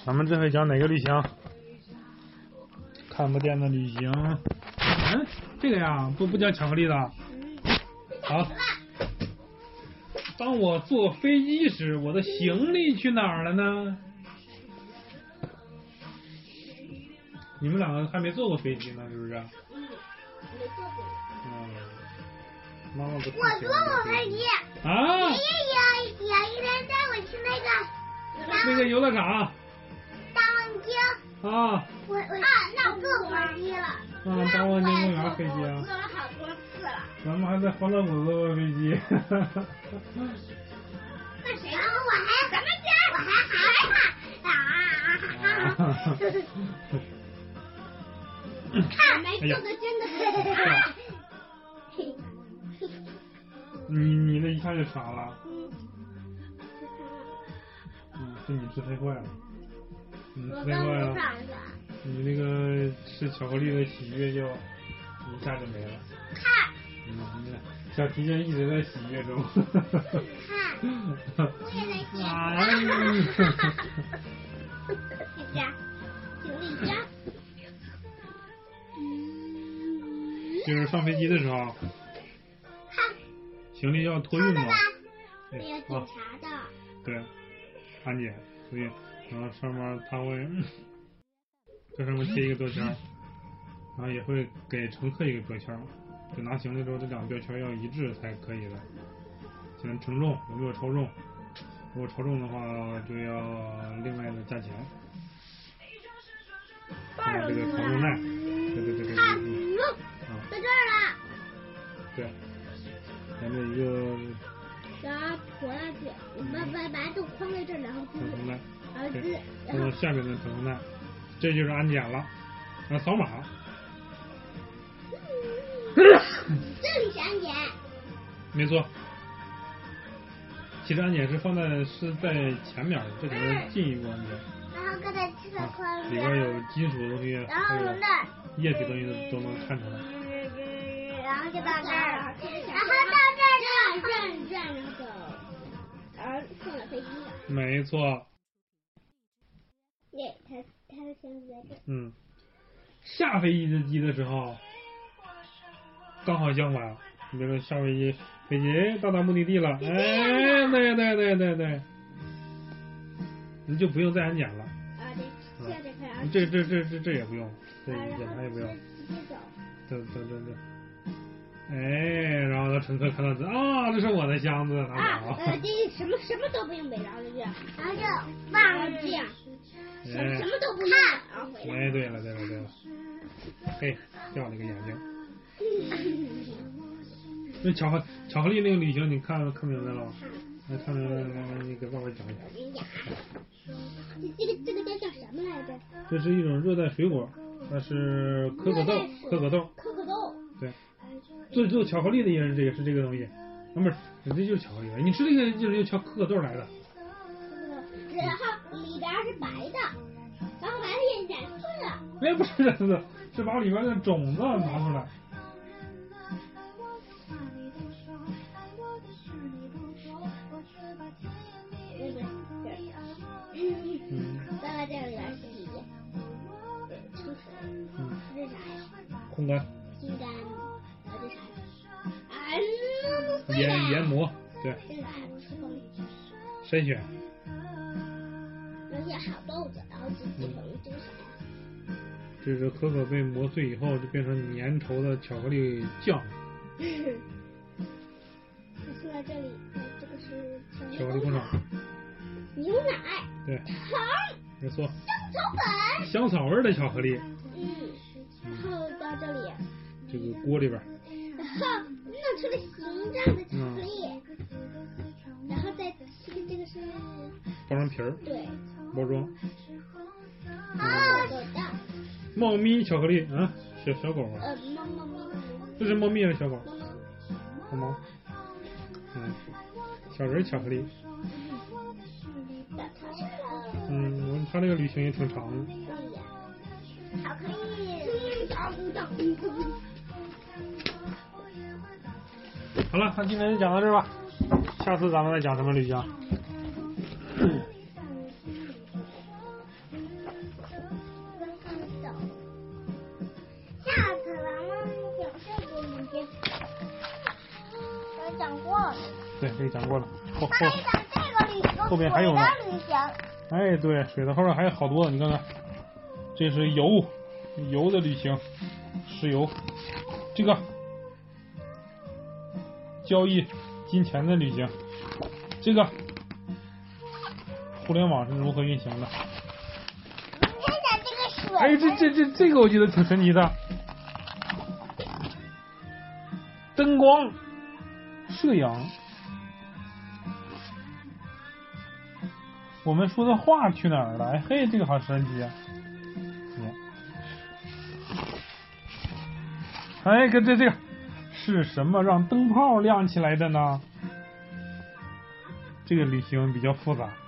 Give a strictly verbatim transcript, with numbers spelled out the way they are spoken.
咱们这回讲哪个旅行？看不见的旅行。嗯，这个呀，不不讲巧克力的。好。当我坐飞机时，我的行李去哪儿了呢？你们两个还没坐过飞机呢，是不是？ 嗯，没坐过。 嗯，妈妈不。 我坐过飞机。 啊！ 爷爷有有一天带我去那个那个游乐场。 大望京。 啊。 我我啊，那我坐过飞机了。 啊，大望京公园飞机啊。 坐了好多次了。 咱们还在欢乐谷坐过飞机。 那谁？然后我还咱们家我还害怕啊！看，没坐的真的很怕。 你你那一下就傻了。嗯，是你吃太快了。你吃太快了。你那个吃巧克力的喜悦就一下就没了。 看。 嗯，小提琴一直在喜悦中。 看。我也在喜悦。 哎这家，行李箱。 就是上飞机的时候。 看。 行李要托运嘛。 没有检查的。 对，安检，所以然后上面他会在上面贴一个标签，然后也会给乘客一个标签，就拿行李的时候这两个标签要一致才可以的。像称重有没有超重，如果超重的话就要另外的加钱。还有这个防冻带，对对对对对。 啊，在这儿了。 对，咱这一个。 然后驮下去，把把把都框在这儿，然后疼痛带， 儿子， 放到下面的疼痛带，这就是安检了，然后扫码。 这里是安检。 没错。其实安检是放在是在前面的，这只是进一步安检。 然后刚才吃的宽里边有金属的东西， 然后从那儿液体东西都能看出来。 然后就到这儿了，然后到这儿转转转，然后走，然后上了飞机了。 没错。 耶，他他的箱子在这。 嗯。下飞机的机的时候，刚好相反。你比如说下飞机，飞机到达目的地了，哎，对对对对对，你就不用再安检了。 啊，对，下这块。 这这这这这也不用，这检查也不用。 直接走。 对对对对。哎，然后乘客看到这啊，这是我的箱子， 啊，呃，这什么什么都不用背，然后就这样，然后就放这样，什什么都不用，然后回来。 哎，对了对了对了，嘿，掉了个眼睛。那巧克巧克力那个旅行，你看看明白了吗？来看明白了，你给爸爸讲一讲。 这个这个叫叫什么来着？ 这是一种热带水果，它是可可豆，可可豆。 可可豆。 对。做做巧克力的也是这个，是这个东西，啊不是，这就是巧克力的。你吃这个就是由巧可可豆来的。 然后里边是白的，然后白的也染色了。 哎，不是染色，是把里边的种子拿出来。 嗯。爸爸这里边是几件？清水。嗯。这是啥呀？ 烘干。 烘干。这啥？啊， 研研磨，对。 这是啥？ 筛选。 能下好豆子，然后自己缝，这个啥呀？ 这是可可被磨碎以后就变成粘稠的巧克力酱。 说到这里，这个是巧克力工厂。 牛奶。 对。 糖。 没错。 香草粉。 香草味的巧克力。 嗯。然后到这里。 这个锅里边。 然后弄出了形状的巧克力。嗯。然后再这个这个是。 包装皮儿。 对。 包装。 啊，狗蛋。 猫咪巧克力啊，小小狗啊。 呃，猫猫咪。 这是猫咪还是小狗？ 猫猫。 猫猫。嗯，小人巧克力。嗯，他这个旅行也挺长的。 巧克力。 好了，那今天就讲到这儿吧，下次咱们再讲什么旅行。 这个讲过了。后后那你想这个旅行， 后边还有呢水的旅行。 哎，对，水的后面还有好多，你看看，这是油，油的旅行，石油，这个交易金钱的旅行，这个互联网是如何运行的？ 你看看这个水。 哎，这这这这个我觉得挺神奇的，灯光摄影。我们说的话去哪儿了？哎嘿，这个好神奇啊！哎，跟这这个是什么让灯泡亮起来的呢？这个旅行比较复杂。